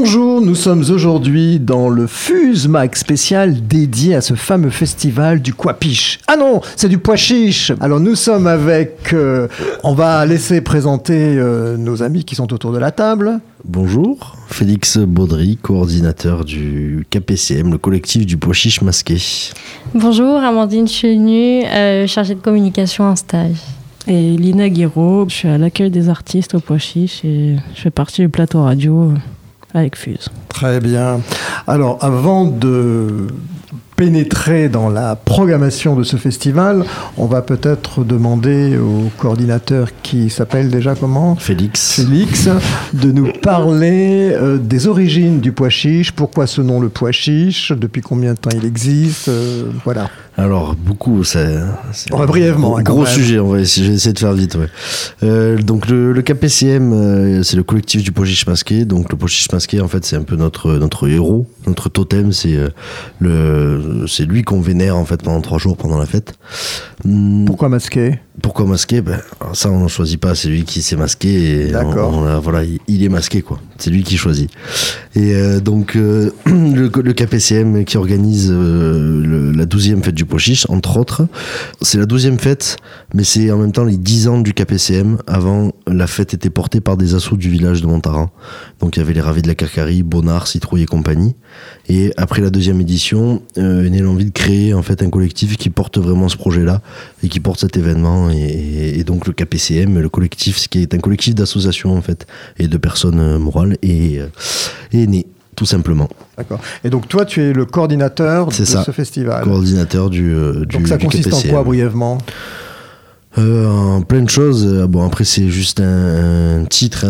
Bonjour, nous sommes aujourd'hui dans le Fuse Mag spécial dédié à ce fameux festival du Quapiche. Ah non, c'est du pois chiche. Alors nous sommes avec... on va laisser présenter nos amis qui sont autour de la table. Bonjour, Félix Baudry, coordinateur du KPCM, le collectif du pois chiche masqué. Bonjour, Amandine Chenu, chargée de communication en stage. Et Lina Guiraud, je suis à l'accueil des artistes au pois chiche et je fais partie du plateau radio avec Fuse. Très bien. Alors avant de pénétrer dans la programmation de ce festival, on va peut-être demander au coordinateur qui s'appelle déjà comment ? Félix, de nous parler des origines du pois chiche, pourquoi ce nom le pois chiche, depuis combien de temps il existe, voilà. Alors, beaucoup, c'est brièvement, un gros sujet, je vais essayer de faire vite. Ouais. Donc, le KPCM, c'est le collectif du pois chiche masqué. Donc, le pois chiche masqué, en fait, c'est un peu notre héros, notre totem. C'est lui qu'on vénère, en fait, pendant 3 jours, pendant la fête. Pourquoi masqué ? Pourquoi masqué ? Ça, on ne choisit pas. C'est lui qui s'est masqué. Et voilà, il est masqué, quoi. C'est lui qui choisit. Et donc, le KPCM qui organise la 12e fête du pois chiche, entre autres. C'est la 12e fête, mais c'est en même temps les 10 ans du KPCM. Avant, la fête était portée par des assos du village de Montaran. Donc, il y avait les Ravés de la Carcarie, Bonnard, Citrouille et compagnie. Et après la 2e édition, est née l'envie de créer en fait un collectif qui porte vraiment ce projet-là et qui porte cet événement. Et donc le KPCM, le collectif, qui est un collectif d'associations en fait et de personnes morales, est né tout simplement. D'accord. Et donc toi, tu es le coordinateur de ce festival. Coordinateur du donc ça consiste KPCM. En quoi brièvement ? En plein de choses. Bon, après c'est juste un titre.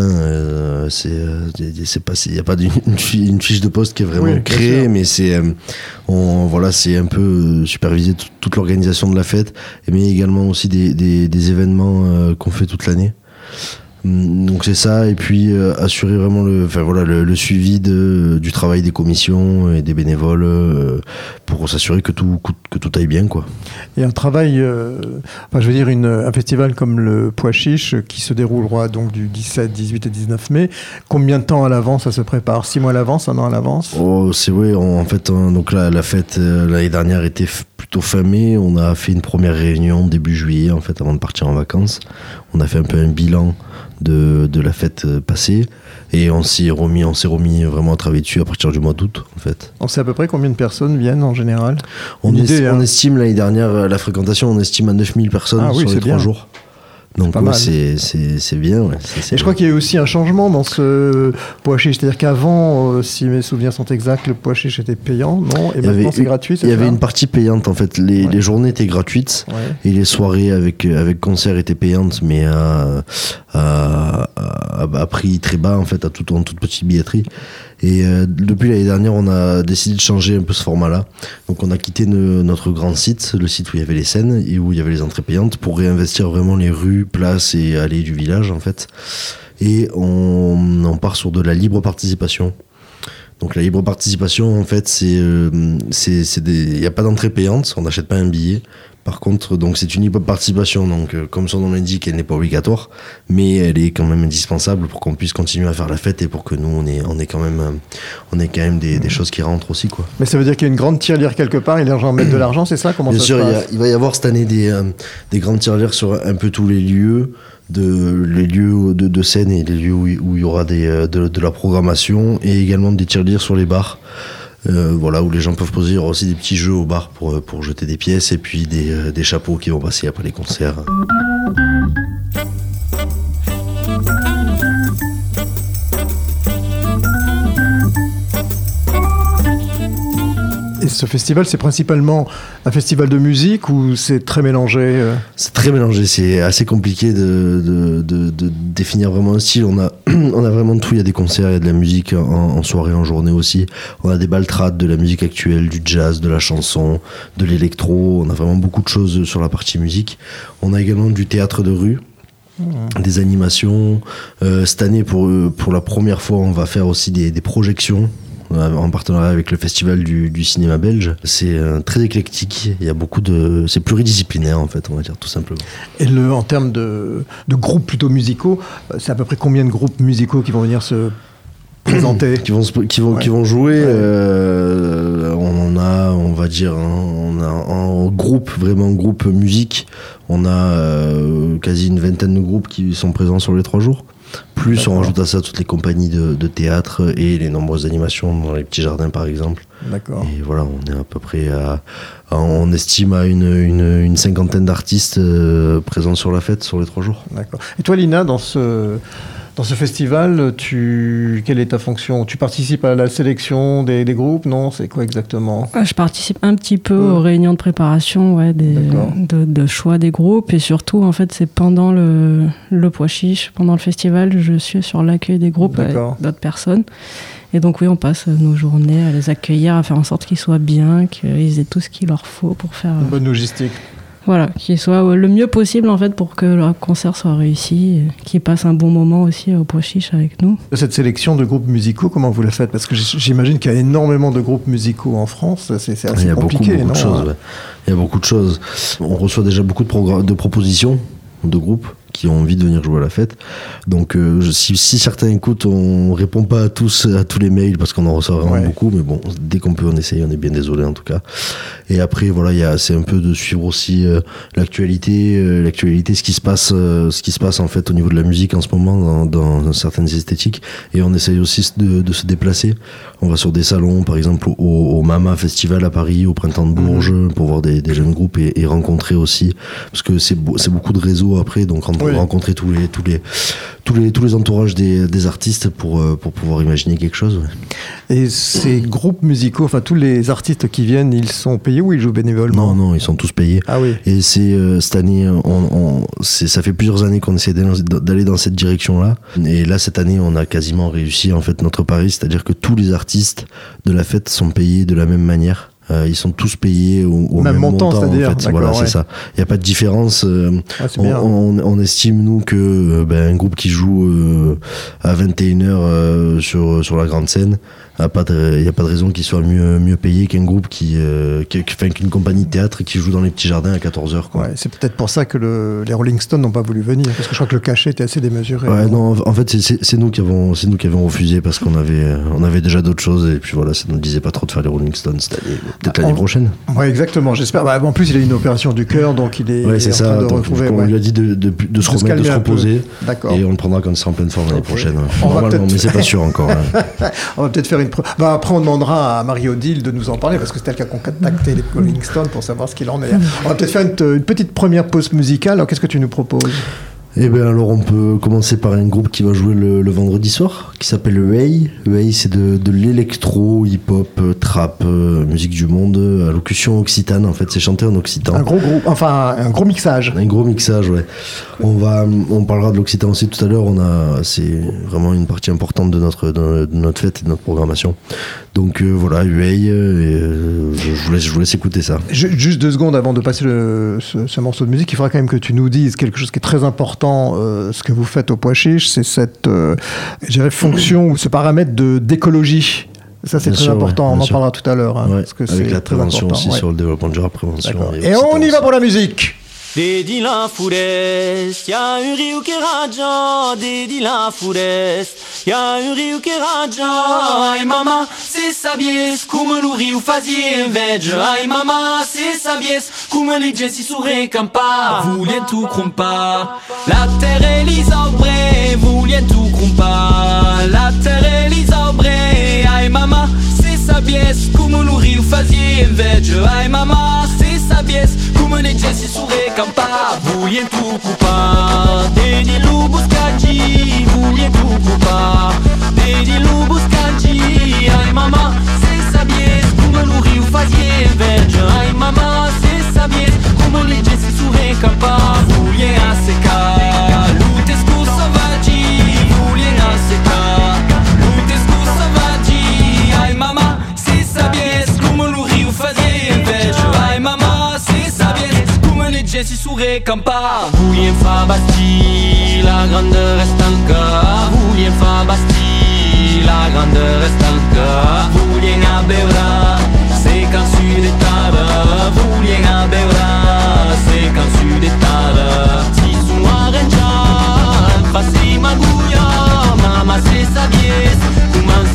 Il n'y a pas une fiche de poste qui est vraiment créée, mais c'est un peu superviser toute l'organisation de la fête, mais également aussi des événements qu'on fait toute l'année. Donc c'est ça, et puis assurer vraiment le suivi du travail des commissions et des bénévoles pour s'assurer que tout aille bien, quoi. Et un travail, un festival comme le pois chiche qui se déroulera donc du 17, 18 et 19 mai, combien de temps à l'avance ça se prépare ? 6 mois à l'avance, 1 an à l'avance ? Donc là, la fête l'année dernière était plutôt fin mai. On a fait une première réunion début juillet en fait avant de partir en vacances. On a fait un peu un bilan de la fête passée et on s'est remis vraiment à travailler dessus à partir du mois d'août en fait. On sait à peu près combien de personnes viennent en général ? On estime l'année dernière la fréquentation, on estime à 9000 personnes sur les 3 jours. Donc c'est bien. Ouais. Et je crois qu'il y a eu aussi un changement dans ce pois chiche, c'est-à-dire qu'avant, si mes souvenirs sont exacts, le pois chiche était payant, non ? Et maintenant c'est gratuit, c'est ça ? Il y avait une partie payante en fait. Les journées étaient gratuites et les soirées avec concert étaient payantes, mais à prix très bas en fait, en toute petite billetterie. Et depuis l'année dernière, on a décidé de changer un peu ce format-là. Donc on a quitté notre grand site, le site où il y avait les scènes et où il y avait les entrées payantes, pour réinvestir vraiment les rues, places et allées du village en fait. Et on part sur de la libre participation. Donc la libre participation en fait, il n'y a pas d'entrée payante, on n'achète pas un billet. Par contre, donc c'est une libre participation, donc comme son nom l'indique, elle n'est pas obligatoire, mais elle est quand même indispensable pour qu'on puisse continuer à faire la fête et pour que nous on ait quand même des choses qui rentrent aussi, quoi. Mais ça veut dire qu'il y a une grande tirelire quelque part et les gens mettent de l'argent, c'est ça ? Comment Bien ça sûr, se passe ? il va y avoir cette année des grandes tirelires sur un peu tous les lieux. Les lieux de scène et les lieux où il y aura de la programmation, et également des tirelires sur les bars. Où les gens peuvent poser. Il y aura aussi des petits jeux au bar pour jeter des pièces, et puis des chapeaux qui vont passer après les concerts. Et ce festival, c'est principalement un festival de musique ou c'est très mélangé ? C'est très mélangé, c'est assez compliqué de définir vraiment un style. On a vraiment de tout, il y a des concerts, il y a de la musique en soirée, en journée aussi. On a des baltrades, de la musique actuelle, du jazz, de la chanson, de l'électro. On a vraiment beaucoup de choses sur la partie musique. On a également du théâtre de rue. Des animations. Cette année, pour la première fois, on va faire aussi des projections en partenariat avec le festival du cinéma belge. C'est très éclectique, il y a beaucoup c'est pluridisciplinaire en fait, on va dire tout simplement. Et en termes de groupes plutôt musicaux, c'est à peu près combien de groupes musicaux qui vont venir se présenter. Qui vont jouer. On a en groupe, vraiment groupe musique, on a quasi une vingtaine de groupes qui sont présents sur les 3 jours. Plus D'accord. On rajoute à ça toutes les compagnies de théâtre et les nombreuses animations dans les petits jardins par exemple. D'accord. Et voilà, on est à peu près on estime à une cinquantaine d'artistes présents sur la fête sur les 3 jours. D'accord. Et toi Lina, dans ce festival, quelle est ta fonction ? Tu participes à la sélection des groupes ? Non, c'est quoi exactement ? Je participe un petit peu aux réunions de préparation, de choix des groupes, et surtout, en fait, c'est pendant le Pois Chiche, pendant le festival, je suis sur l'accueil des groupes avec d'autres personnes. Et donc oui, on passe nos journées à les accueillir, à faire en sorte qu'ils soient bien, qu'ils aient tout ce qu'il leur faut pour faire... Une bonne logistique. Voilà, qu'ils soient le mieux possible en fait pour que leur concert soit réussi, qu'ils passent un bon moment aussi au Pois Chiche avec nous. Cette sélection de groupes musicaux, comment vous la faites ? Parce que j'imagine qu'il y a énormément de groupes musicaux en France, c'est assez compliqué, non ? Il y a beaucoup de choses. On reçoit déjà beaucoup de propositions de groupes qui ont envie de venir jouer à la fête. Donc si certains écoutent, on répond pas à tous les mails parce qu'on en reçoit vraiment beaucoup, mais bon, dès qu'on peut on essaye, on est bien désolé en tout cas. Et après voilà, c'est un peu de suivre aussi l'actualité, ce qui se passe en fait au niveau de la musique en ce moment dans certaines esthétiques, et on essaye aussi de se déplacer. On va sur des salons, par exemple au Mama Festival à Paris, au Printemps de Bourges, pour voir des jeunes groupes et rencontrer aussi, parce que c'est beaucoup de réseaux après, donc rencontrer tous les entourages des artistes pour pouvoir imaginer quelque chose. Et ces groupes musicaux, enfin tous les artistes qui viennent, ils sont payés ou ils jouent bénévolement ? Non, ils sont tous payés. Ah oui. Et c'est cette année, ça fait plusieurs années qu'on essaie d'aller dans cette direction-là. Et là, cette année, on a quasiment réussi en fait notre pari, c'est-à-dire que tous les artistes de la fête sont payés de la même manière. Ils sont tous payés au même montant, c'est-à-dire, en fait. Voilà, c'est ça. Il n'y a pas de différence. On estime, nous, que un groupe qui joue à 21h sur la grande scène, il n'y a pas de raison qu'il soit mieux payé qu'un groupe qu'une compagnie de théâtre qui joue dans les petits jardins à 14h. Ouais, c'est peut-être pour ça que les Rolling Stones n'ont pas voulu venir, parce que je crois que le cachet était assez démesuré. Ouais, non, en fait, c'est nous qui avons refusé parce qu'on avait déjà d'autres choses, et puis voilà, ça ne nous disait pas trop de faire les Rolling Stones cette année. Peut-être l'année prochaine. Oui, exactement, j'espère. En plus, il a eu une opération du cœur, donc il est en train de retrouver. On lui a dit de se remettre, de se reposer. D'accord. Et on le prendra quand il sera en pleine forme l'année prochaine. Normalement, mais c'est pas sûr encore. On va peut-être faire après, on demandera à Marie-Odile de nous en parler, parce que c'est elle qui a contacté les Rolling Stones pour savoir ce qu'il en est. On va peut-être faire une petite première pause musicale. Alors, qu'est-ce que tu nous proposes ? Eh bien alors on peut commencer par un groupe qui va jouer le vendredi soir, qui s'appelle Way. Way, c'est de l'électro, hip-hop, trap, musique du monde, allocution occitane, en fait c'est chanté en occitan. Un gros groupe, enfin un gros mixage. Un gros mixage, ouais. On parlera de l'occitan aussi tout à l'heure, c'est vraiment une partie importante de notre fête et de notre programmation. Donc voilà, Way, je vous laisse écouter ça. Juste 2 secondes avant de passer ce morceau de musique, il faudra quand même que tu nous dises quelque chose qui est très important. Ce que vous faites au Pois Chiche, c'est cette fonction ou ce paramètre d'écologie. Ça, c'est très important. On en parlera tout à l'heure. Parce que avec la prévention aussi sur le développement durable, prévention. Et on y va pour la musique. Dedi la forest, y'a un rio qui raja. Dedi la forest, y'a un rio qui raja. Ai mamma, se sabies come lo rio fazia inveja. Ai mamma, se sabies come le gente si surrecampa. Volien tu crumpa, la terre e l'isobre. Volien tu crumpa, la terre e l'isobre. Ai mamma, se sabies come lo rio fazia inveja. Ai mamma, se sabies come le gente si surrecampa. Volien tu culpa, dedi lu buscagi. Volien tu culpa, dedi lu buscagi. Ai mamma, se sabies come lo rio fazia inveja. Ai mamma, se sabies come le gente si surrecampa. Volien a secar, lute scusa vagi. Volien a secar, lute scusa vagi. Ai mamma, se sabies come lo rio fazia inveja. Ai mamma, se sabies come le gente si surrecampa. Volien fa basti, la grandeur est stanca. Volien fa basti, la grandeur est stanca. Volien a beura, se cansu de tada. Volien a beura, se cansu de tada. Si su arrangiar, fasi maguia. Mamma se sabies, come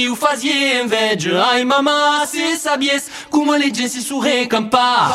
Rio fazia inveja. Ai mamma, se sabies como le gente su recampa.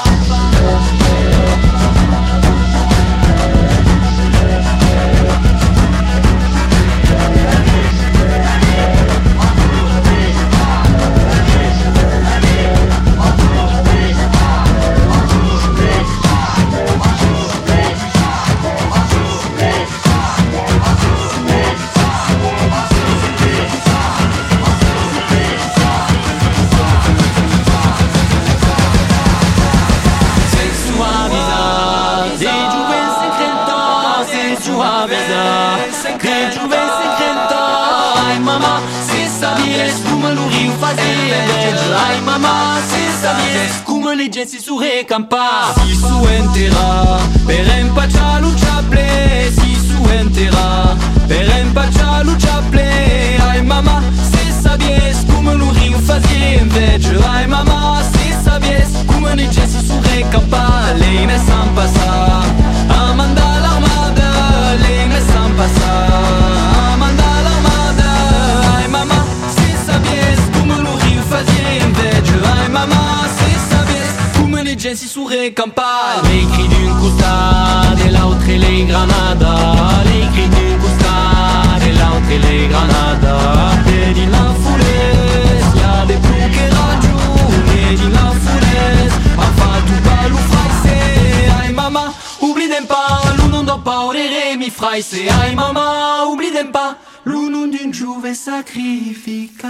Ai mamma, se sabies come le gente su recampa. Si su entera per empaccia luciaple. Si su entera per empaccia luciaple. Ai mamma, se sabies come lo rio fazia inveja. Ai mamma, se sabies come le gente su recampa. Lei me san passar a mandar l'armada. Lei me san passar a mandar l'armada. Ai mamma, se sabies come lo rio fazia inveja. Ai mamma, se sabies come le gente su recampa. Lei cri d'un costad e l'altre lei granada. Lei cri d'un costad e l'altre lei granada. E di la fules, la de più che ragione. E di la fules, ha fatto ballo fraise. Ai mamma, oublie pas, l'uno non paurere mi fraise. Ai mamma, oublie pas, l'uno d'une juve sacrifica.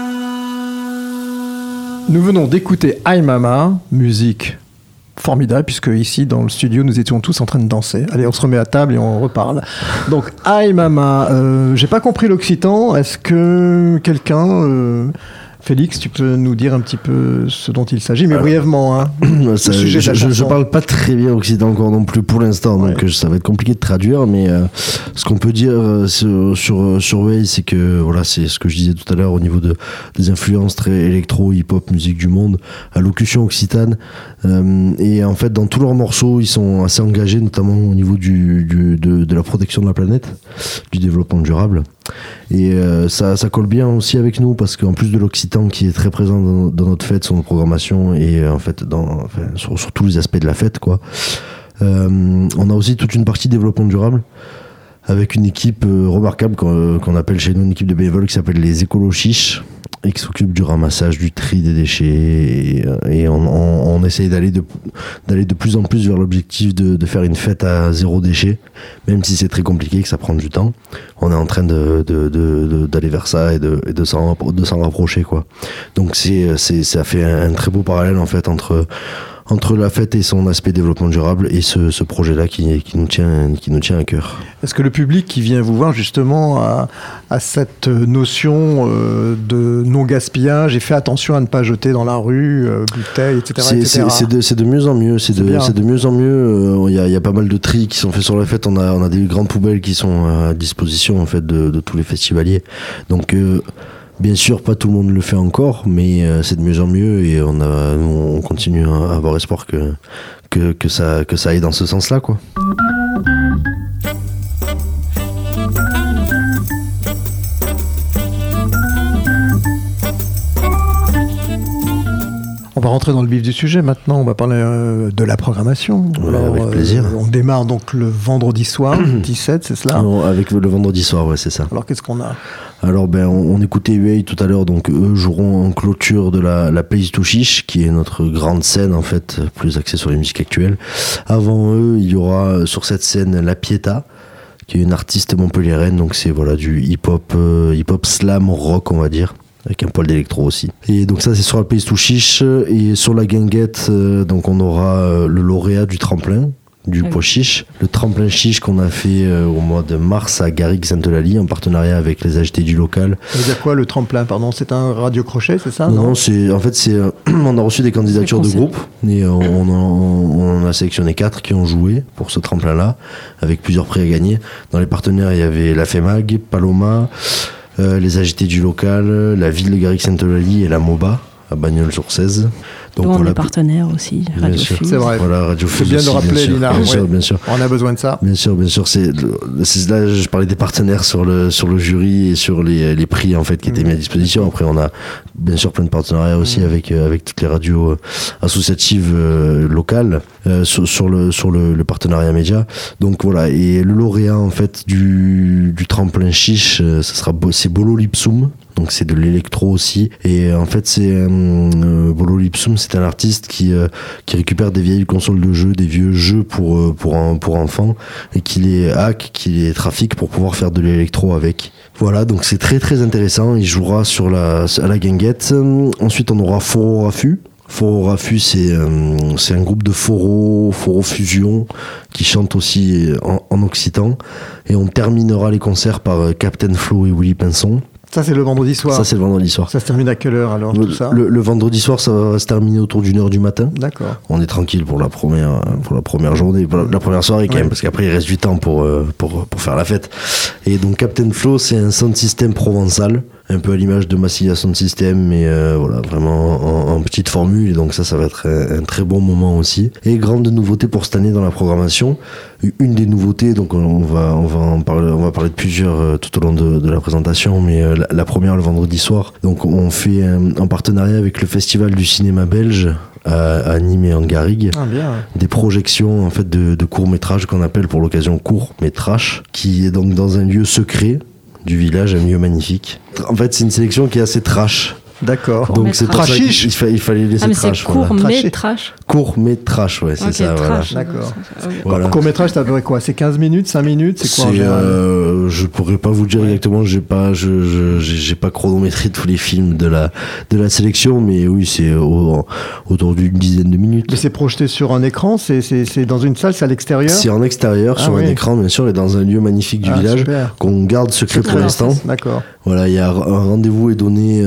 Nous venons d'écouter Ai Mama, musique formidable, puisque ici dans le studio nous étions tous en train de danser. Allez, on se remet à table et on reparle. Donc Ai Mama, j'ai pas compris l'occitan. Est-ce que quelqu'un, Félix, tu peux nous dire un petit peu ce dont il s'agit, mais brièvement, hein. Je parle pas très bien occitan encore non plus pour l'instant, donc ça va être compliqué de traduire, mais ce qu'on peut dire sur Way, c'est que voilà, c'est ce que je disais tout à l'heure au niveau des influences très électro, hip-hop, musique du monde, allocution occitane, et en fait dans tous leurs morceaux ils sont assez engagés, notamment au niveau de la protection de la planète, du développement durable. Et ça colle bien aussi avec nous, parce qu'en plus de l'occitan qui est très présent dans notre fête, sur notre programmation, et en fait sur tous les aspects de la fête, quoi, on a aussi toute une partie développement durable avec une équipe remarquable qu'on appelle chez nous une équipe de bénévoles qui s'appelle les écolochiches, et qui s'occupe du ramassage, du tri des déchets, et on essaye d'aller de plus en plus vers l'objectif de faire une fête à zéro déchet, même si c'est très compliqué, que ça prend du temps. On est en train d'aller vers ça et de s'en rapprocher, quoi. Donc ça fait un très beau parallèle en fait entre la fête et son aspect développement durable, et ce projet-là qui nous tient à cœur. Est-ce que le public qui vient vous voir justement a cette notion de non-gaspillage et fait attention à ne pas jeter dans la rue, bouteilles, etc. C'est de mieux en mieux. C'est de mieux en mieux. Il y a pas mal de tri qui sont faits sur la fête. On a des grandes poubelles qui sont à disposition en fait de tous les festivaliers. Donc bien sûr, pas tout le monde le fait encore, mais c'est de mieux en mieux, et on continue à avoir espoir que ça aille dans ce sens-là, quoi. On va rentrer dans le vif du sujet maintenant, on va parler de la programmation. Alors, avec plaisir. On démarre donc le vendredi soir, 17, c'est cela ? Non, avec le vendredi soir, ouais, c'est ça. Alors qu'est-ce qu'on a ? Alors on écoutait UA tout à l'heure, donc eux joueront en clôture de la Place to Chiche, qui est notre grande scène en fait, plus axée sur les musiques actuelles. Avant eux, il y aura sur cette scène La Pieta, qui est une artiste montpelliéraine, donc c'est voilà du hip-hop slam rock, on va dire, avec un poil d'électro aussi. Et donc ça c'est sur la Place to Chiche. Et sur la guinguette, donc on aura le lauréat du tremplin du pois chiche, le tremplin chiche qu'on a fait au mois de mars à Garrigues-Sainte-Eulalie en partenariat avec les AGT du local. Ça veut dire quoi le tremplin, pardon? C'est un radio-crochet, c'est ça? Non, on a reçu des candidatures de groupe et on a sélectionné 4 qui ont joué pour ce tremplin-là, avec plusieurs prix à gagner. Dans les partenaires, il y avait la FEMAG, Paloma, les AGT du local, la ville de Garrigues-Sainte-Eulalie et la MOBA, à Bagnols-sur-Cèze. Donc on est partenaire aussi, Radio Fuse. C'est vrai. Voilà, Radio Fuse. C'est bien de rappeler, Lina. Bien sûr. On a besoin de ça. Bien sûr. C'est là, je parlais des partenaires sur le jury et sur les prix en fait qui étaient mis à disposition. Après, on a bien sûr plein de partenariats aussi avec toutes les radios associatives locales sur le partenariat média. Donc voilà. Et le lauréat en fait du tremplin chiche, c'est Bolo Lipsum. Donc c'est de l'électro aussi, et en fait c'est Bolo Lipsum, c'est un artiste qui récupère des vieilles consoles de jeux, des vieux jeux pour enfants, et qui les hack, qui les trafique pour pouvoir faire de l'électro avec. Voilà, donc c'est très très intéressant. Il jouera à la guinguette. Ensuite on aura Foro Rafu. Foro Rafu, c'est un groupe de Foro Fusion qui chante aussi en occitan, et on terminera les concerts par Captain Flo et Willy Pinson. Ça, c'est le vendredi soir. Ça, c'est le vendredi soir. Ça se termine à quelle heure, alors, tout ça ? Le vendredi soir, ça va se terminer autour d'1h du matin. D'accord. On est tranquille pour la première journée, pour la première soirée quand même, parce qu'après, il reste du temps pour faire la fête. Et donc, Captain Flo, c'est un sound system provençal, un peu à l'image de Massilia Sound System, mais voilà, vraiment en petite formule. Et donc ça va être un très bon moment aussi. Et grande nouveauté pour cette année dans la programmation. Une des nouveautés, donc on va parler de plusieurs tout au long de la présentation, mais la première le vendredi soir. Donc on fait en partenariat avec le Festival du cinéma belge à Nîmes et en Garrigue, des projections en fait de courts-métrages qu'on appelle pour l'occasion court-métrage, qui est donc dans un lieu secret du village, un lieu magnifique. En fait, c'est une sélection qui est assez trash. D'accord. Donc c'est trachiche. Il fallait laisser trash. C'est court-métrage. Court-métrage, ouais, c'est ça. Trash, voilà. D'accord. Voilà. Court-métrage, ça durait quoi ? C'est 15 minutes, 5 minutes ? C'est quoi en général ? Je pourrais pas vous dire exactement. J'ai pas chronométré tous les films de la sélection, mais oui, c'est autour d'une dizaine de minutes. Mais c'est projeté sur un écran ? C'est dans une salle ? C'est à l'extérieur ? C'est en extérieur, sur un écran, bien sûr, et dans un lieu magnifique du village, super. Qu'on garde secret pour l'instant. D'accord. Voilà, il y a un rendez-vous est donné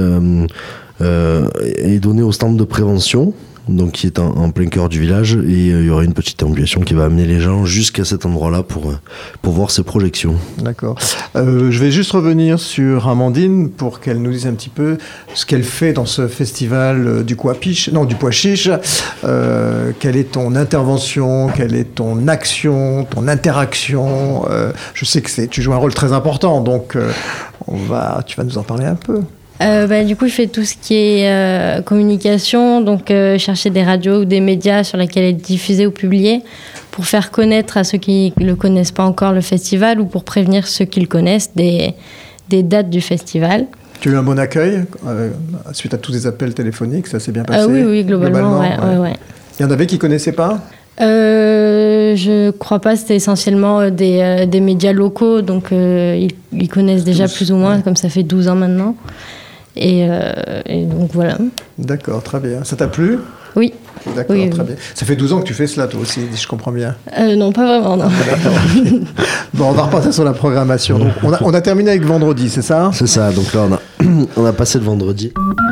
au stand de prévention, donc qui est en plein cœur du village, et il y aura une petite ambulation qui va amener les gens jusqu'à cet endroit-là pour voir ces projections. D'accord. Je vais juste revenir sur Amandine pour qu'elle nous dise un petit peu ce qu'elle fait dans ce festival du pois chiche. Quelle est ton intervention, quelle est ton action, ton interaction. Je sais que tu joues un rôle très important, donc tu vas nous en parler un peu. Du coup, je fais tout ce qui est communication, donc chercher des radios ou des médias sur lesquels être diffusé ou publié pour faire connaître à ceux qui ne le connaissent pas encore le festival, ou pour prévenir ceux qui le connaissent des dates du festival. Tu as eu un bon accueil suite à tous les appels téléphoniques, ça s'est bien passé ? Oui, globalement, ouais. Il y en avait qui ne connaissaient pas ? Je crois pas, c'était essentiellement des médias locaux, donc ils connaissent déjà plus ou moins, comme ça fait 12 ans maintenant. Et donc voilà. D'accord, très bien. Ça t'a plu ? Oui. D'accord, oui, très bien. Ça fait 12 ans que tu fais cela, toi aussi, si je comprends bien. Non, pas vraiment, non. Bon, on va repartir sur la programmation. Donc, on a terminé avec vendredi, c'est ça ? C'est ça, donc là, on a passé le vendredi.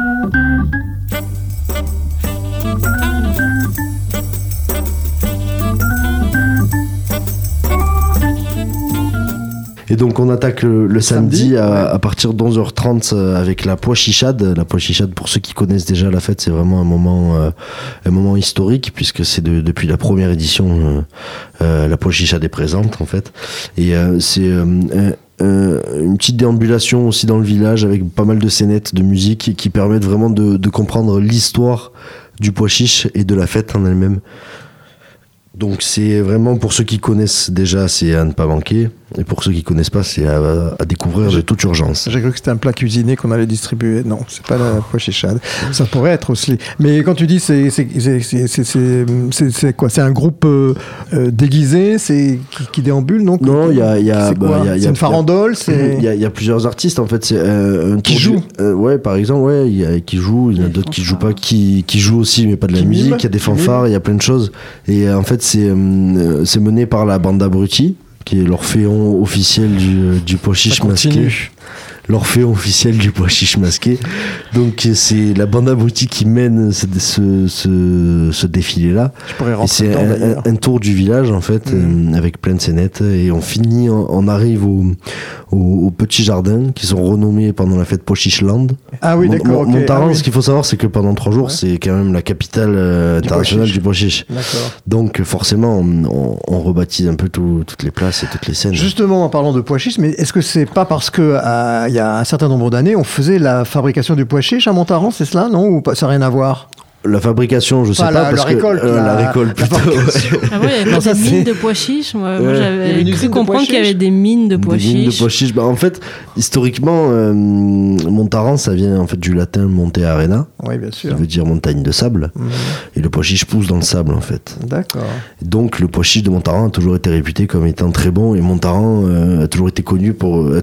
Et donc on attaque le samedi à partir de 11h30 avec la pois chichade. La pois chichade, pour ceux qui connaissent déjà la fête, c'est vraiment un moment historique, puisque c'est depuis la première édition la pois chichade est présente en fait. Et c'est une petite déambulation aussi dans le village avec pas mal de scénettes de musique qui permettent vraiment de comprendre l'histoire du pois chiche et de la fête en elle-même. Donc c'est vraiment, pour ceux qui connaissent déjà, c'est à ne pas manquer, et pour ceux qui connaissent pas, c'est à découvrir de toute urgence. J'ai cru que c'était un plat cuisiné qu'on allait distribuer. Non, c'est pas la pois chichade. Ça pourrait être aussi. Mais quand tu dis c'est quoi ? C'est un groupe déguisé, qui déambule, non ? Non, il y a c'est une farandole. Il y a plusieurs artistes en fait. C'est qui jouent. Ouais, par exemple, qui jouent. Il y en a d'autres qui jouent pas, qui jouent aussi, mais pas de la musique. Il y a des fanfares, il y a plein de choses. Et en fait, c'est mené par la bande abruti, qui est l'orphéon officiel du pois chiche masqué. L'orphéon officiel du pois chiche masqué. Donc c'est la bande abruti qui mène ce défilé-là. Et c'est un tour du village en fait, avec plein de scénettes. Et on arrive au au Petit Jardin, qui sont renommés pendant la fête Pochichland. Ah oui, d'accord. Okay. Montaran, ce qu'il faut savoir, c'est que pendant 3 jours, c'est quand même la capitale internationale du pochiche. D'accord. Donc forcément, on rebaptise un peu toutes les places et toutes les scènes. Justement, en parlant de pois chiches, mais est-ce que c'est pas parce que il y a un certain nombre d'années, on faisait la fabrication du pois chiche à Montaran, c'est cela, non? Ou ça n'a rien à voir? La fabrication, je sais pas, parce que la récolte plutôt. Ah ouais, il y avait des mines de pois chiches. Moi, j'avais cru comprendre qu'il y avait des mines de pois chiches. Des mines de pois chiches. Bah, en fait, historiquement, Montaran, ça vient en fait du latin monte arena. Oui, bien sûr. Ça veut dire montagne de sable. Et le pois chiche pousse dans le sable, en fait. D'accord. Donc, le pois chiche de Montaran a toujours été réputé comme étant très bon. Et Montaran a toujours été connu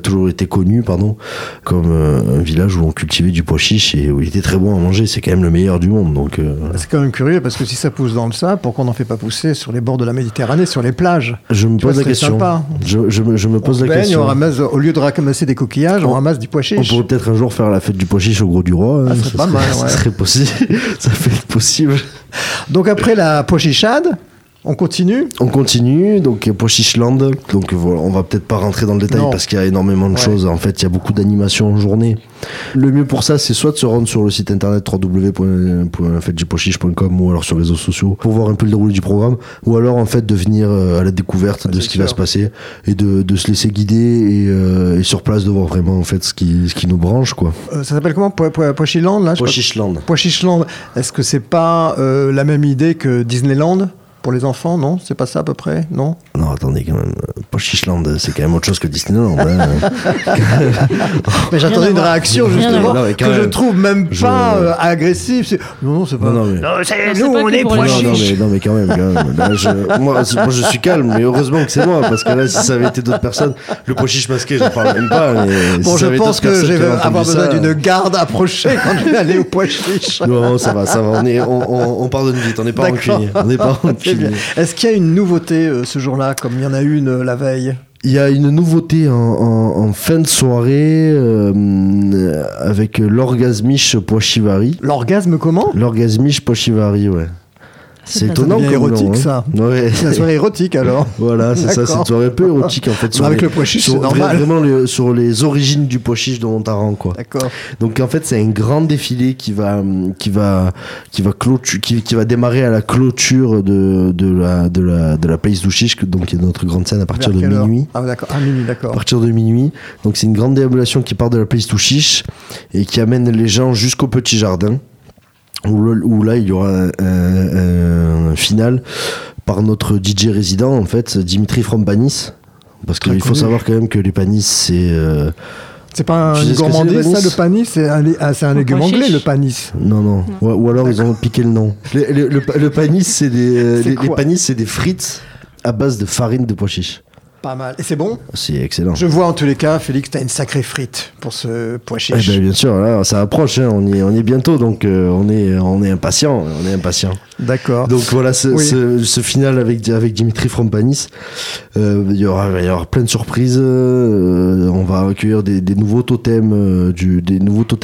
comme un village où on cultivait du pois chiche et où il était très bon à manger. C'est quand même le meilleur du monde. Donc, c'est quand même curieux parce que si ça pousse dans le sable, pourquoi on n'en fait pas pousser sur les bords de la Méditerranée, sur les plages? Je me pose la question. Je me pose la question. On ramasse, au lieu de ramasser des coquillages, on ramasse du pois chiche. On pourrait peut-être un jour faire la fête du pois chiche au Gros du Roi. Ça serait pas mal. Ça serait possible. Ça fait possible. Donc après la pois chichade, on continue, donc Pochichland. Donc voilà, on va peut-être pas rentrer dans le détail parce qu'il y a énormément de choses. En fait, il y a beaucoup d'animations en journée. Le mieux pour ça, c'est soit de se rendre sur le site internet www.fetdupochiche.com ou alors sur les réseaux sociaux pour voir un peu le déroulé du programme, ou alors en fait de venir à la découverte de ce qui va se passer et de se laisser guider et sur place de voir vraiment en fait ce qui nous branche quoi. Ça s'appelle comment, Pochichland là? Pochichland. Est-ce que c'est pas la même idée que Disneyland? Pour les enfants, non? C'est pas ça à peu près, non? Non, attendez, quand même. Pochichland, c'est quand même autre chose que Disneyland. Mais j'attendais une réaction, justement, que je trouve même pas agressive. Non, c'est pas... Non, on est pois chiches. Non, mais quand même. Là, moi, je suis calme, mais heureusement que c'est moi, parce que là, si ça avait été d'autres personnes, le pois chiche masqué, j'en parle même pas. Mais bon, je pense que je vais avoir besoin d'une garde approchée quand je vais aller au pois chiche. Non, ça va. On pardonne vite, on n'est pas rancunier. Est-ce qu'il y a une nouveauté ce jour-là, comme il y en a une la veille? Il y a une nouveauté en fin de soirée avec l'orgasmiche Pochivari. L'orgasme comment? L'orgasmiche Pochivari, ouais. C'est étonnant. C'est érotique, ça. Ouais. C'est la soirée érotique, alors. Voilà, c'est ça. C'est une soirée un peu érotique, en fait. Avec le pois chiche, c'est normal. Vraiment sur les origines du pois chiche de Montaran, quoi. D'accord. Donc, en fait, c'est un grand défilé qui va démarrer à la clôture de la Place du Chiche, donc qui est notre grande scène à partir de minuit. Ah, d'accord. À minuit, d'accord. À partir de minuit. Donc, c'est une grande déambulation qui part de la Place du Chiche et qui amène les gens jusqu'au Petit Jardin. Où là il y aura un final par notre DJ résident en fait, Dimitri from Panis, parce qu'il faut savoir quand même que les panis c'est pas une gourmandise, ça, le panis? C'est un légume anglais, le panis. Non. Ou alors ils ont piqué le nom. Le panis, c'est les panis, c'est des frites à base de farine de pois chiche. Pas mal. Et c'est bon? C'est excellent. Je vois en tous les cas, Félix, t'as une sacrée frite pour ce pois chiche. Eh ben, bien sûr, là, ça approche, hein, on y est bientôt, donc on est impatient. D'accord. Donc voilà, ce final avec Dimitri from Panis, il y aura plein de surprises. On va accueillir des nouveaux totems, de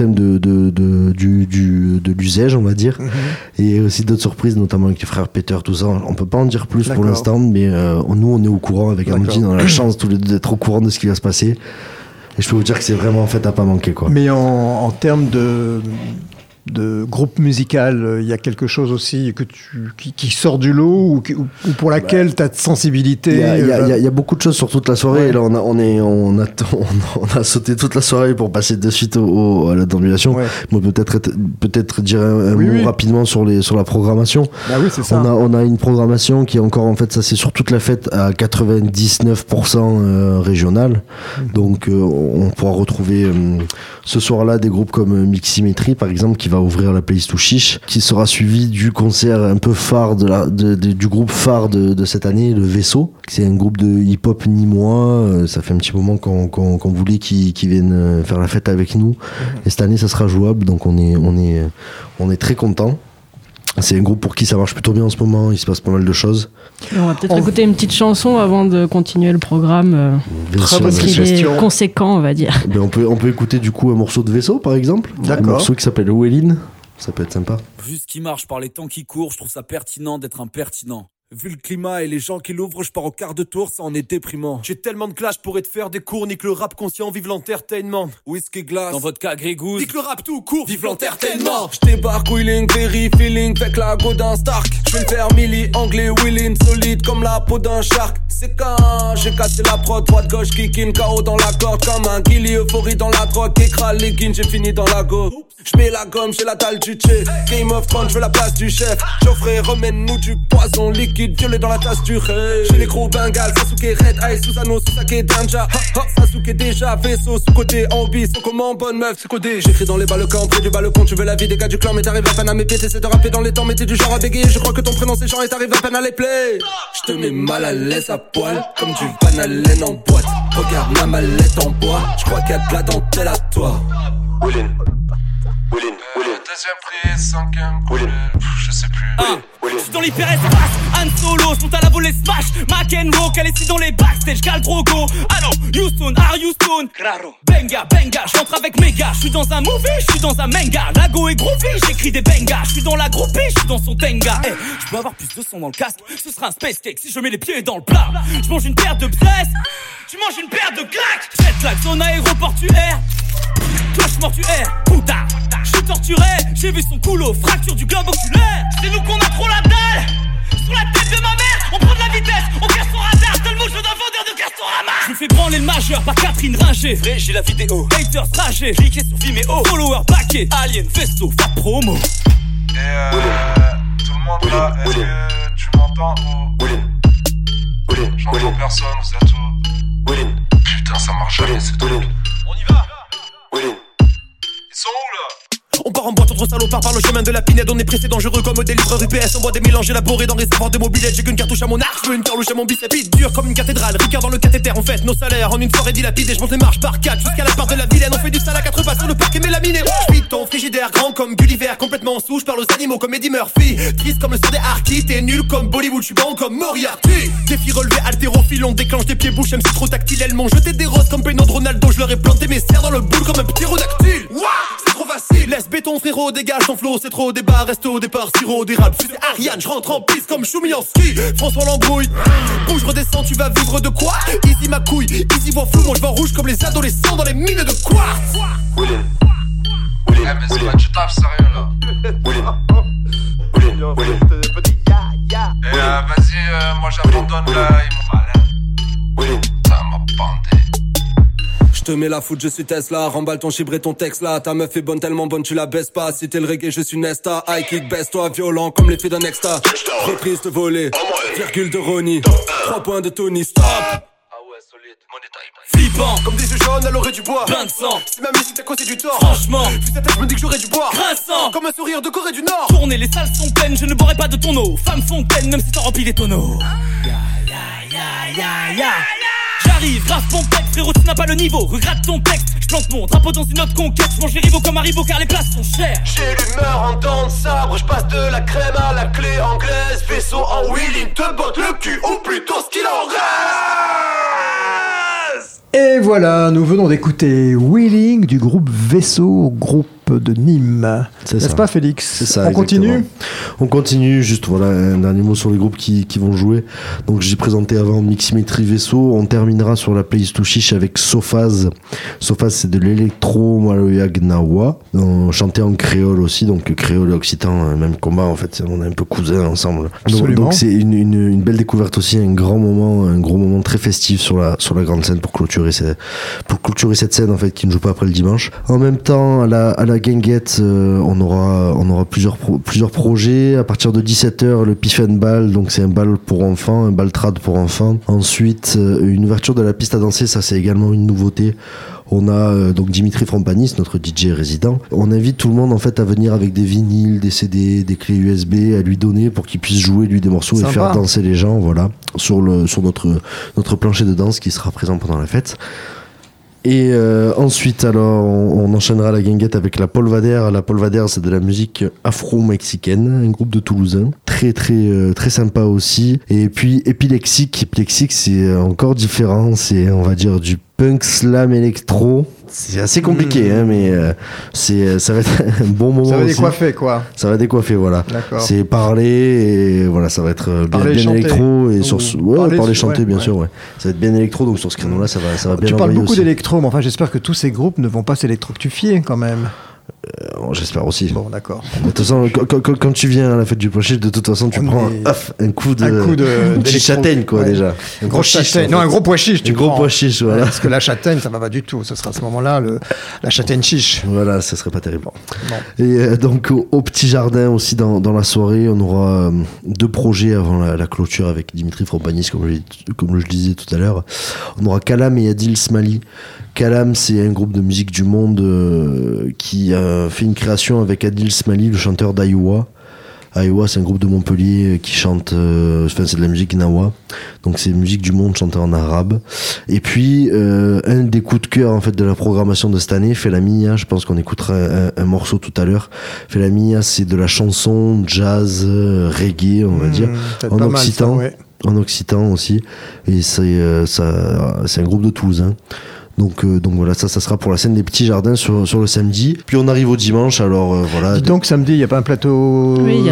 l'usage, on va dire, et aussi d'autres surprises, notamment avec les frères Peter, tout ça. On peut pas en dire plus pour l'instant, mais nous, on est au courant avec Amandine. On a la chance tous les deux d'être au courant de ce qui va se passer. Et je peux vous dire que c'est vraiment en fait à pas manquer, quoi. Mais en termes de groupe musical, il y a quelque chose aussi qui sort du lot ou pour laquelle tu as de sensibilité? Il y a beaucoup de choses sur toute la soirée. Ouais. Et là, on a sauté toute la soirée pour passer de suite à la déambulation. Ouais. Moi, peut-être dire un mot rapidement sur la programmation. Ah oui, c'est ça. On a une programmation qui est encore, en fait, ça c'est sur toute la fête à 99% régionale. Donc, on pourra retrouver ce soir-là des groupes comme Miximétrie, par exemple, qui va ouvrir la Place du Chiche, qui sera suivi du concert un peu phare du groupe phare de cette année, le Vaisseau. C'est un groupe de hip-hop nîmois. Ça fait un petit moment qu'on voulait qu'ils viennent faire la fête avec nous. Et cette année, ça sera jouable, donc on est très contents. C'est un groupe pour qui ça marche plutôt bien en ce moment, il se passe pas mal de choses. Et on va peut-être écouter une petite chanson avant de continuer le programme. Parce qu'il est conséquent, on va dire. Ben on peut écouter du coup un morceau de Vaisseau par exemple. D'accord. Un morceau qui s'appelle Oueline, ça peut être sympa. Vu ce qui marche par les temps qui courent, je trouve ça pertinent d'être impertinent. Vu le climat et les gens qui l'ouvrent, je pars au quart de tour, ça en est déprimant. J'ai tellement de clash pour te faire des cours, nique le rap conscient, vive l'entertainment. Whisky glace, dans votre cas grégousse, nique le rap tout court, vive l'entertainment. J'débarque wheeling, very feeling, avec la go d'un Stark. J'vais le faire milli, anglais willing, solide comme la peau d'un shark. C'est quand j'ai cassé la prod, droite gauche kick in, KO dans la corde comme un guilly, euphorie dans la drogue, écrase les guines, j'ai fini dans la go. J'mets la gomme, j'ai la dalle du tché. Game of Thrones, j'veux la place du chef. Geoffrey, remène-nous du poison liquide, violet dans la tasse du ré. J'ai les gros bengales, Sasuke, Red Eye, Susanoo, Susake, Danja. Sasuke déjà, vaisseau, sous-côté, ambi, sans comment, bonne meuf, sous-côté. J'écris dans les balcons, près du balcon, tu veux la vie des gars du clan, mais t'arrives à peine à mes pieds, t'essaies de rapper dans les temps, mais t'es du genre à bégayer. Je crois que ton prénom c'est Jean et t'arrives à peine à les play. J'te mets mal à l'aise à poil, comme du Van Halen en boîte. Regarde ma mallette en bois, j'crois qu'il y a de la dentelle à toi. Willin. Deuxième prise, cinquième couplet, je sais plus. Je suis dans l'hyperespace, Han Solo, je monte à la volée smash. McEnroe, qu'elle est ici dans les backstage, Cal Drogo. Ah non, Houston, are Houston. Claro. Benga, j'entre avec mes gars. Je suis dans un movie, je suis dans un manga. Lago est groovy, j'écris des bengas. Je suis dans la groupie, je suis dans son tenga. Hey, je peux avoir plus de son dans le casque. Ce sera un space cake si je mets les pieds dans le plat. Je mange une paire de bzess, tu manges une paire de claques. Jette la zone aéroportuaire. Cloche mortuaire, putain. Je suis torturé, j'ai vu son coulo, fracture du globe oculaire. C'est nous qu'on a trop la dalle. Sur la tête de ma mère, on prend de la vitesse, on casse son radar. T'as le mot, je veux d'un vendeur de Castorama. Je me fais branler le majeur par Catherine Ringer. Vrai, j'ai la vidéo, haters ragés. Cliquez sur Vimeo, follower paquet. Alien, vaisseau, fat promo. Et tout le monde là, est-ce que tu m'entends ou... J'entends personne, vous êtes où? Putain, ça marche jamais, c'est tout. On y va. Ils sont où là? On part en boîte entre salopards par le chemin de la pinède. On est pressé, dangereux comme des livreurs UPS. On boit des mélanges élaborés dans les savoirs de mobilettes. J'ai qu'une cartouche à mon arc, je veux une carlouche à mon bicep. Dur comme une cathédrale, Ricard dans le cathéter. On fête nos salaires en une soirée dilapidée. Je monte les marches par 4 jusqu'à la part de la Vilaine. On fait du sale à 4 pas sur le parc et mélaminé. Ton frigidaire grand comme Gulliver, complètement sous. J'parle aux animaux comme Eddie Murphy. Triste comme le son des Harky, t'es nul comme Bollywood, j'suis bon comme Moriarty. Défi relevé, haltérophile, on déclenche des pieds bouches. MC trop tactile, elles m'ont jeté des roses comme Peynon de Ronaldo. Je leur ai planté mes serres dans le boule comme un ptérodactyle. C'est trop facile, laisse béton frérot, dégage ton flow, c'est trop débat, reste au départ, sirop d'érable. Fusée Ariane, je rentre en piste comme Choumi en ski. François l'embrouille, bouge, redescends, tu vas vivre de quoi? Easy ma couille, easy voit flou, moi je vois rouge comme les adolescents dans les mines de quartz. Eh mais c'est pas du taf sérieux là. Et vas-y, moi j'abandonne là, ils m'ont malin. Ça m'a bandé. Je te mets la foot, je suis Tesla. Remballe ton chibre et ton texte là. Ta meuf est bonne, tellement bonne, tu la baisses pas. Si t'es le reggae, je suis Nesta. High kick, baisse-toi, violent comme l'effet d'un extra. Reprise de volée, virgule de Ronnie. 3 points de Tony, stop. Flippant, comme des yeux jaunes à l'orée du bois. bain de sang, Si ma musique t'a causé du tort, franchement, puis cette tête je me dis que j'aurais dû boire. grinçant. Comme un sourire de Corée du Nord. Tourner, les salles sont pleines, je ne boirai pas de ton eau. Femme fontaine, même si t'en remplis les tonneaux. J'arrive, grave ton texte, frérot, tu n'as pas le niveau. Regrette ton texte, je plante mon drapeau dans une autre conquête. Je mange les rivaux comme Haribo car les places sont chères. J'ai l'humeur en dents de sabre, je passe de la crème à la clé anglaise. Vaisseau en wheeling, te botte le cul, ou plutôt ce qu'il en reste. Et voilà, nous venons d'écouter Wheeling du groupe Vaisseau, groupe de Nîmes. N'est-ce pas Félix? C'est ça. On continue. On continue, juste voilà un dernier mot sur les groupes qui vont jouer. Donc j'ai présenté avant Miximétrie Vaisseau. On terminera sur la playlist Touchiche avec Sophaz. Sophaz, c'est de l'électro Maloya-Gnawa, chanté en créole aussi, donc créole et occitan, même combat en fait, on est un peu cousins ensemble. Donc c'est une belle découverte aussi, un gros moment très festif sur la grande scène pour clôturer cette scène en fait qui ne joue pas après le dimanche. En même temps, à la Guinguette, on aura plusieurs projets. À partir de 17h, le Pif and Ball, donc c'est un bal pour enfants, un bal trad pour enfants. Ensuite, une ouverture de la piste à danser, ça c'est également une nouveauté. On a donc Dimitri Frampanis, notre DJ résident. On invite tout le monde en fait à venir avec des vinyles, des CD, des clés USB à lui donner pour qu'il puisse jouer lui des morceaux et faire danser les gens, voilà, sur notre plancher de danse qui sera présent pendant la fête. Et ensuite, alors, on enchaînera la guinguette avec la Polvadère. La Polvadère, c'est de la musique afro-mexicaine, un groupe de Toulousains. très sympa aussi. Et puis Epilexique, c'est encore différent, c'est on va dire du punk slam électro. C'est assez compliqué, mais ça va être un bon moment. Ça va aussi. Décoiffer, quoi. Ça va décoiffer, voilà. D'accord. C'est parler, et voilà, ça va être bien électro. Et parler, chanter, bien sûr, ouais. Ça va être bien électro, donc sur ce créneau-là, ça va bien. Tu parles beaucoup aussi. d'électro, mais enfin, j'espère que tous ces groupes ne vont pas s'électrocuter quand même. J'espère aussi. Bon, d'accord. De toute façon, quand tu viens à la fête du pois chiche, de toute façon, tu prends un coup de châtaigne, quoi, déjà. Un gros châtaigne. Non, un gros pois chiche, tu prends. Un gros pois chiche, voilà. Parce que la châtaigne, ça va pas du tout. Ce sera à ce moment-là la châtaigne chiche. Voilà, ça serait pas terrible. Bon. Et donc, au petit jardin aussi, dans la soirée, on aura 2 projets avant la clôture avec Dimitri Frompanis, comme je disais tout à l'heure. On aura Kalam et Adil Smali. Kalam, c'est un groupe de musique du monde qui a fait une création avec Adil Smali, le chanteur d'Aiwa. Aiwa, c'est un groupe de Montpellier qui chante, c'est de la musique nawa. Donc c'est musique du monde chantée en arabe. Et puis, un des coups de cœur en fait de la programmation de cette année, Felamia, je pense qu'on écoutera un morceau tout à l'heure. Felamia, c'est de la chanson, jazz, reggae, on va dire, en occitan. En occitan aussi. Et c'est un groupe de Toulouse. Donc voilà, ça sera pour la scène des petits jardins sur le samedi. Puis on arrive au dimanche, alors voilà. Dis donc, samedi, il n'y a pas un plateau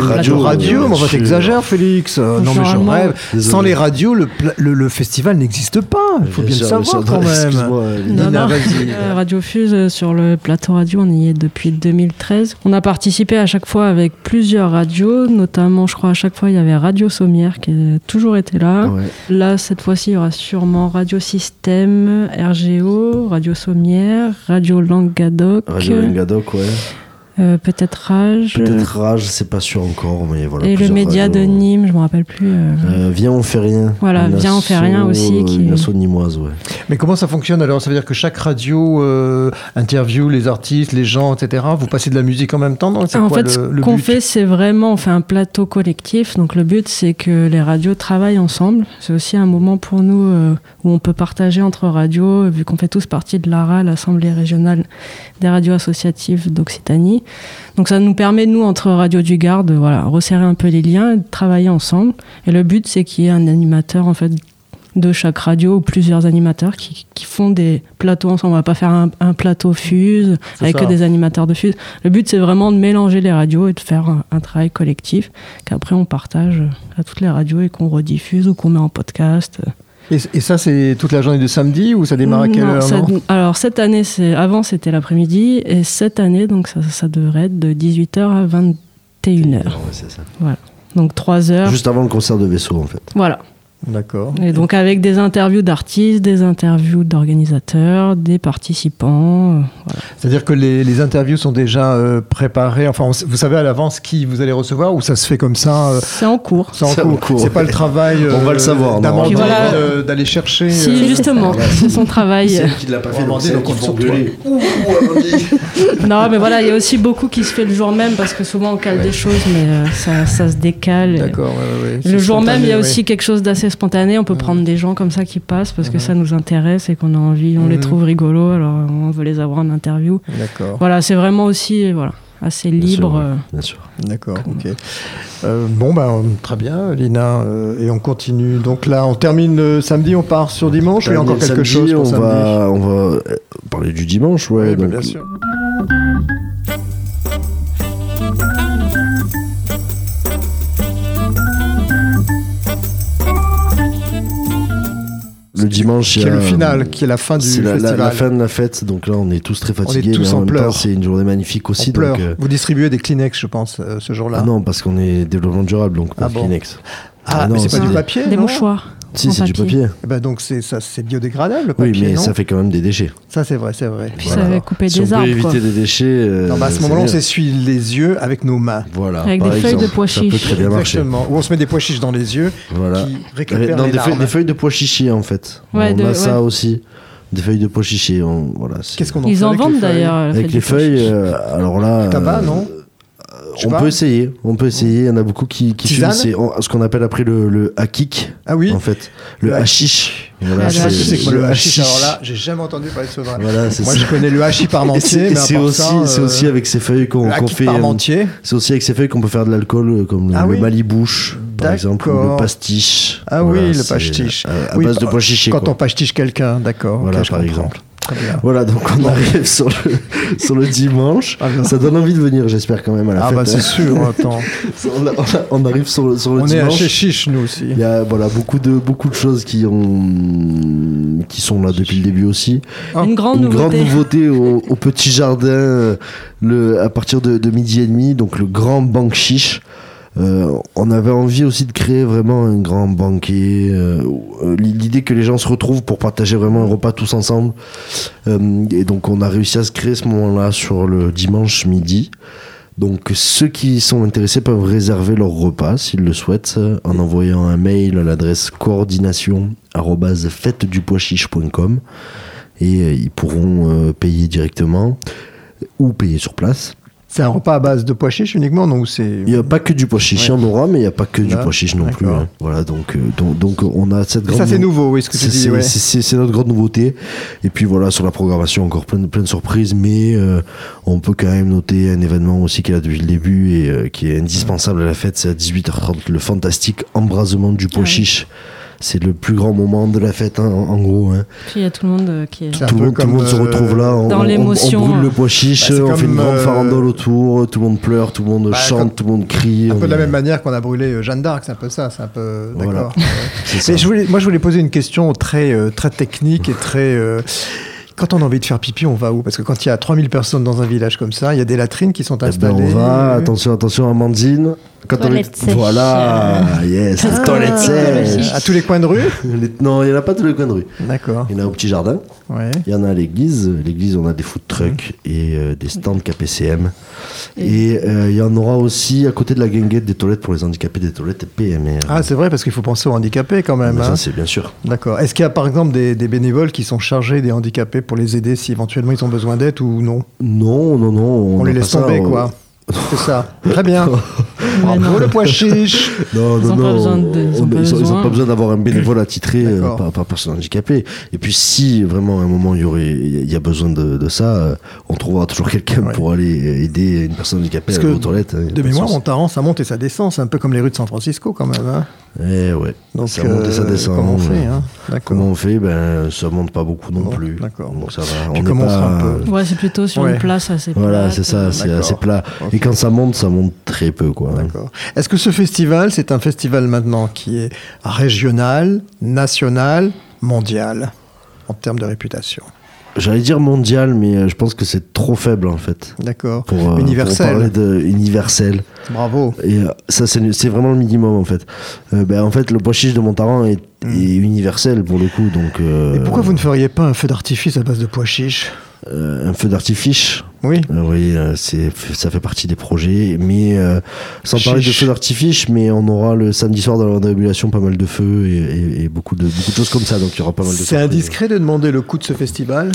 radio, mais on va t'exagérer, Félix. Non, mais je rêve. Désolé. Sans les radios, le festival n'existe pas. Il faut bien le savoir quand même. Non, Radio Fuse, sur le plateau radio, on y est depuis 2013. On a participé à chaque fois avec plusieurs radios, notamment, je crois, à chaque fois, il y avait Radio Sommière qui a toujours été là. Ouais. Là, cette fois-ci, il y aura sûrement Radio Système, RGO, Radio Sommière, Radio Languedoc. Radio Languedoc, ouais. Peut-être Rage. C'est pas sûr encore, mais voilà. Et le média de Nîmes, je me rappelle plus. Viens, on fait rien. Voilà, Viens, on fait rien aussi. Une asso nîmoise, ouais. Mais comment ça fonctionne alors? Ça veut dire que chaque radio interviewe les artistes, les gens, etc. Vous passez de la musique en même temps? En fait, ce qu'on fait, c'est vraiment, on fait un plateau collectif. Donc le but, c'est que les radios travaillent ensemble. C'est aussi un moment pour nous où on peut partager entre radios, vu qu'on fait tous partie de l'ARA, l'Assemblée régionale des radios associatives d'Occitanie. Donc ça nous permet, nous, entre Radio du Gard, de resserrer un peu les liens et de travailler ensemble. Et le but, c'est qu'il y ait un animateur, en fait, de chaque radio, ou plusieurs animateurs qui font des plateaux ensemble. On va pas faire un plateau Fuse avec que des animateurs de Fuse. Le but, c'est vraiment de mélanger les radios et de faire un travail collectif qu'après on partage à toutes les radios et qu'on rediffuse ou qu'on met en podcast. Et ça, c'est toute la journée de samedi ou ça démarre à quelle heure? Alors, cette année, avant, c'était l'après-midi. Et cette année, donc, ça devrait être de 18h à 21h. Ouais, c'est ça. Voilà. Donc, 3 heures. Juste avant le concert de Vaisseau, en fait. Voilà. D'accord. Et donc avec des interviews d'artistes, des interviews d'organisateurs, des participants. Voilà. C'est-à-dire que les interviews sont déjà préparées. Enfin, vous savez à l'avance qui vous allez recevoir ou ça se fait comme ça C'est en cours. C'est en cours. C'est pas le travail. On va le savoir. D'aller chercher. Si justement, c'est son travail. C'est elle qui l'a pas fait. Donc on vont gueuler. Non, mais voilà, il y a aussi beaucoup qui se fait le jour même parce que souvent on cale des choses, mais ça se décale. D'accord. Le jour même, il y a aussi quelque chose d'assez spontané. On peut prendre des gens comme ça qui passent parce que ça nous intéresse et qu'on a envie, on les trouve rigolos, alors on veut les avoir en interview. D'accord. Voilà, c'est vraiment aussi assez libre. Bien sûr. D'accord, ok. Très bien, Lina. Et on continue. Donc là, on termine samedi, on part sur dimanche. Il y a encore quelque chose pour samedi. On va parler du dimanche, ouais. Oui, donc, bien sûr. Le dimanche, qui est le final, qui est la fin du festival. C'est la fin de la fête, donc là on est tous très fatigués. On est tous en pleurs. C'est une journée magnifique aussi. On pleure. Vous distribuez des Kleenex, je pense, ce jour-là. Ah non, parce qu'on est développement durable, donc pas de Kleenex. Mais c'est pas du papier, des mouchoirs. Si, c'est du papier. Donc c'est biodégradable, le papier. Oui, mais non, ça fait quand même des déchets. Ça, c'est vrai. Puis ça va couper des arbres. Si on peut éviter des déchets. À ce moment-là, on s'essuie les yeux avec nos mains. Voilà. Avec des feuilles de pois chiches. Ça peut très bien marcher. Exactement. Ou on se met des pois chiches dans les yeux qui récupèrent les larmes. Des feuilles de pois chichis, en fait. On a ça aussi. Des feuilles de pois chichis. Qu'est-ce qu'on en fait Ils en vendent d'ailleurs. Avec les feuilles, alors là. Tabac, non? On peut essayer. Il y en a beaucoup qui suivent. C'est ce qu'on appelle après le hakik. Ah oui. En fait, le hashish. Voilà, le hashish. Alors là, j'ai jamais entendu parler de ce drap. Voilà, moi, je connais le hachis parmentier, mais c'est aussi avec ces feuilles qu'on fait. C'est aussi avec ces feuilles qu'on peut faire de l'alcool, comme le malibouche, par exemple, ou le pastiche. Ah oui, le pastiche. À base de pois chichés. Quand on pastiche quelqu'un, d'accord. Voilà, par exemple. Voilà, donc on arrive sur le dimanche. Ça donne envie de venir, j'espère, quand même, à la fête. Ah bah c'est sûr, attends. On arrive sur le dimanche. On est à chez Chiche, nous aussi. Il y a beaucoup de choses qui sont là depuis le début aussi. Une grande nouveauté au petit jardin à partir de midi et demi, donc le grand banc chiche. On avait envie aussi de créer vraiment un grand banquet, l'idée que les gens se retrouvent pour partager vraiment un repas tous ensemble, et donc on a réussi à se créer ce moment-là sur le dimanche midi. Donc ceux qui sont intéressés peuvent réserver leur repas s'ils le souhaitent en envoyant un mail à l'adresse coordination@fêtedupoischiche.com et ils pourront payer directement ou payer sur place. C'est un repas à base de pois chiches uniquement, non? Il n'y a pas que du pois chiche, il y en aura, mais il n'y a pas que du pois chiche non plus. Hein. Voilà, donc on a cette grande... Ça, c'est nouveau, oui, ce que tu dis. Ouais. C'est notre grande nouveauté. Et puis voilà, sur la programmation, encore plein de surprises, mais on peut quand même noter un événement aussi qui est là depuis le début et qui est indispensable à la fête, c'est à 18h30, le fantastique embrasement du pois chiche. C'est le plus grand moment de la fête, hein, en gros. Hein. Puis il y a tout le monde qui est... Tout le monde se retrouve là. Dans l'émotion. On brûle le pois chiche, on fait une grande farandole autour, tout le monde pleure, tout le monde chante, tout le monde crie. Un peu de la même manière qu'on a brûlé Jeanne d'Arc, c'est un peu ça. C'est un peu... Voilà. D'accord. Mais je voulais poser une question très technique et très... Quand on a envie de faire pipi, on va où? Parce que quand il y a 3000 personnes dans un village comme ça, il y a des latrines qui sont installées. On va, attention Amandine. Toilette sèche. Voilà, yes, toilette sèche. À tous les coins de rue? Non, il n'y en a pas tous les coins de rue. D'accord. Il y en a au petit jardin. Ouais. Il y en a à l'église. L'église, on a des food trucks et des stands KPCM. Et il y en aura aussi à côté de la guinguette des toilettes pour les handicapés, des toilettes PMR. Ah, c'est vrai, parce qu'il faut penser aux handicapés quand même. Ça, c'est bien sûr. D'accord. Est-ce qu'il y a par exemple des bénévoles qui sont chargés des handicapés pour les aider si éventuellement ils ont besoin d'aide ou non? Non. On les laisse tomber, quoi. C'est ça. Très bien. Bravo le pois chiche. Non. Ils n'ont pas besoin d'avoir un bénévole attitré par personne handicapée. Et puis si vraiment à un moment il y a besoin de ça, on trouvera toujours quelqu'un pour aller aider une personne handicapée à aller aux toilettes. De mémoire, Montaran, ça monte et ça descend. C'est un peu comme les rues de San Francisco quand même. Hein. Ouais. Donc, ça monte et ça descend. Comment on fait Comment on fait? Ça monte pas beaucoup non plus. D'accord. Donc ça va. On commence un peu. Ouais, c'est plutôt sur une place assez plate. Voilà, c'est ça, c'est assez plat. Okay. Et quand ça monte très peu, quoi. D'accord. Est-ce que ce festival, c'est un festival maintenant qui est régional, national, mondial, en termes de réputation? J'allais dire mondial, mais je pense que c'est trop faible, en fait. D'accord. Universel. Pour parler universel. Bravo. Et ça, c'est vraiment le minimum, en fait. En fait, le pois chiche de Montaran est universel, pour le coup. Donc, et pourquoi vous ne feriez pas un feu d'artifice à base de pois chiche? Un feu d'artifice? Oui. Oui, ça fait partie des projets. Mais sans parler de feu d'artifice, mais on aura le samedi soir dans la déambulation pas mal de feux et beaucoup de choses comme ça. Donc il y aura pas mal de. C'est indiscret de demander le coût de ce festival?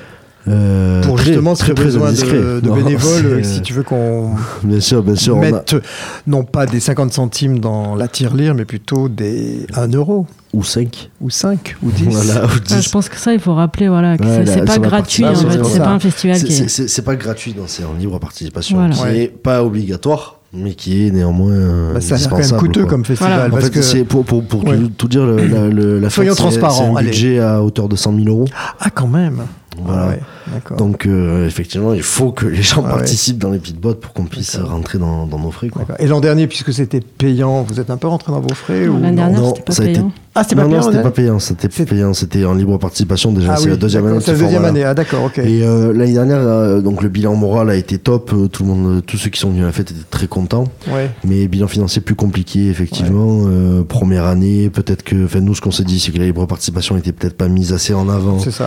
Pour justement ce besoin de bénévoles, si tu veux qu'on bien sûr, mette non pas des 50 centimes dans la tirelire, mais plutôt des 1 euro. Ou 5. Ou 5, ou 10. Voilà, ou 10. Je pense que ça, il faut rappeler que c'est pas gratuit, en fait. C'est pas un festival qui est... C'est pas gratuit, c'est en libre participation. Voilà. Qui n'est pas obligatoire, mais qui est néanmoins ça a l'air quand même coûteux comme festival. Voilà. En fait, c'est pour tout dire, la Soyons fête, transparents. C'est un budget à hauteur de 100 000 euros. Ah, quand même. Voilà. Donc effectivement, il faut que les gens participent dans les petites boîtes pour qu'on puisse rentrer dans nos frais. Quoi. Et l'an dernier, puisque c'était payant, vous êtes un peu rentré dans vos frais ou... L'an dernier, c'était pas payant. C'était pas payant. C'était pas payant. C'était payant. C'était en libre participation déjà. C'est la deuxième année. C'est la deuxième année. Ah d'accord, ok. Et l'année dernière, donc le bilan moral a été top. Tous ceux qui sont venus à la fête étaient très contents. Ouais. Mais bilan financier plus compliqué effectivement. Première année, peut-être que, nous, ce qu'on s'est dit, c'est que la libre participation était peut-être pas mise assez en avant. C'est ça, ouais.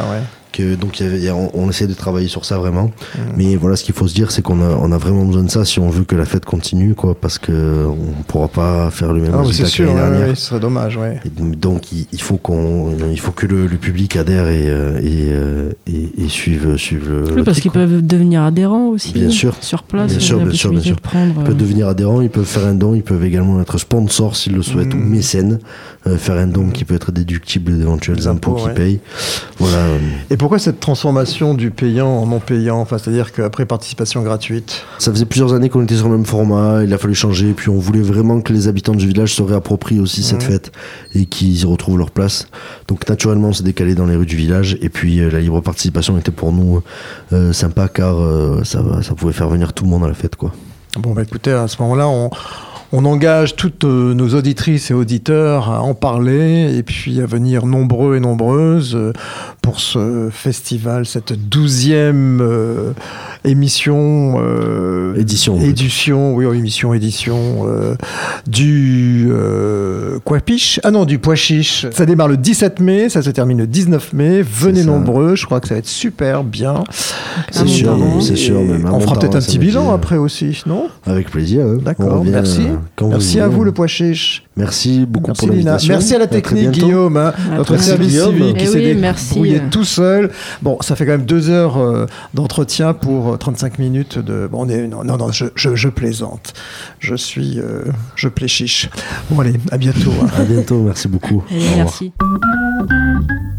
Donc on essaie de travailler sur ça vraiment. Mais voilà, ce qu'il faut se dire, c'est qu'on a vraiment besoin de ça si on veut que la fête continue, quoi, parce que on pourra pas faire le même résultat que l'année dernière. Oui, ce serait dommage, ouais. Et donc il faut que le public adhère et suive le. Oui, parce qu'ils peuvent devenir adhérents aussi. Bien sûr. Sur place. Bien sûr. Ils peuvent devenir adhérents, ils peuvent faire un don, ils peuvent également être sponsors s'ils le souhaitent ou mécènes, faire un don qui peut être déductible d'éventuels impôts qu'ils payent. Voilà. Et pourquoi cette transformation du payant en non payant, enfin, c'est-à-dire qu'après participation gratuite? Ça faisait plusieurs années qu'on était sur le même format, il a fallu changer, puis on voulait vraiment que les habitants du village se réapproprient aussi cette fête et qu'ils y retrouvent leur place. Donc naturellement on s'est décalé dans les rues du village, et puis la libre participation était pour nous sympa, car ça pouvait faire venir tout le monde à la fête, quoi. Bon, bah écoutez, à ce moment-là, on engage toutes nos auditrices et auditeurs à en parler et puis à venir nombreux et nombreuses pour ce festival, cette 12e édition du Quoi Piche. Ah non, du Pois Chiche. Ça démarre le 17 mai, ça se termine le 19 mai. Venez nombreux, je crois que ça va être super bien. C'est sûr. Même on fera peut-être un petit bilan après aussi, non? Avec plaisir. D'accord, merci. Merci à vous, le Pois Chiche. Merci beaucoup pour l'invitation. Merci à la technique, Guillaume, notre service civique qui s'est débrouillé tout seul. Bon, ça fait quand même 2 heures d'entretien pour 35 minutes de... Bon, non, je plaisante. Je plais chiche. Bon, allez, à bientôt. À bientôt, merci beaucoup. Allez, merci.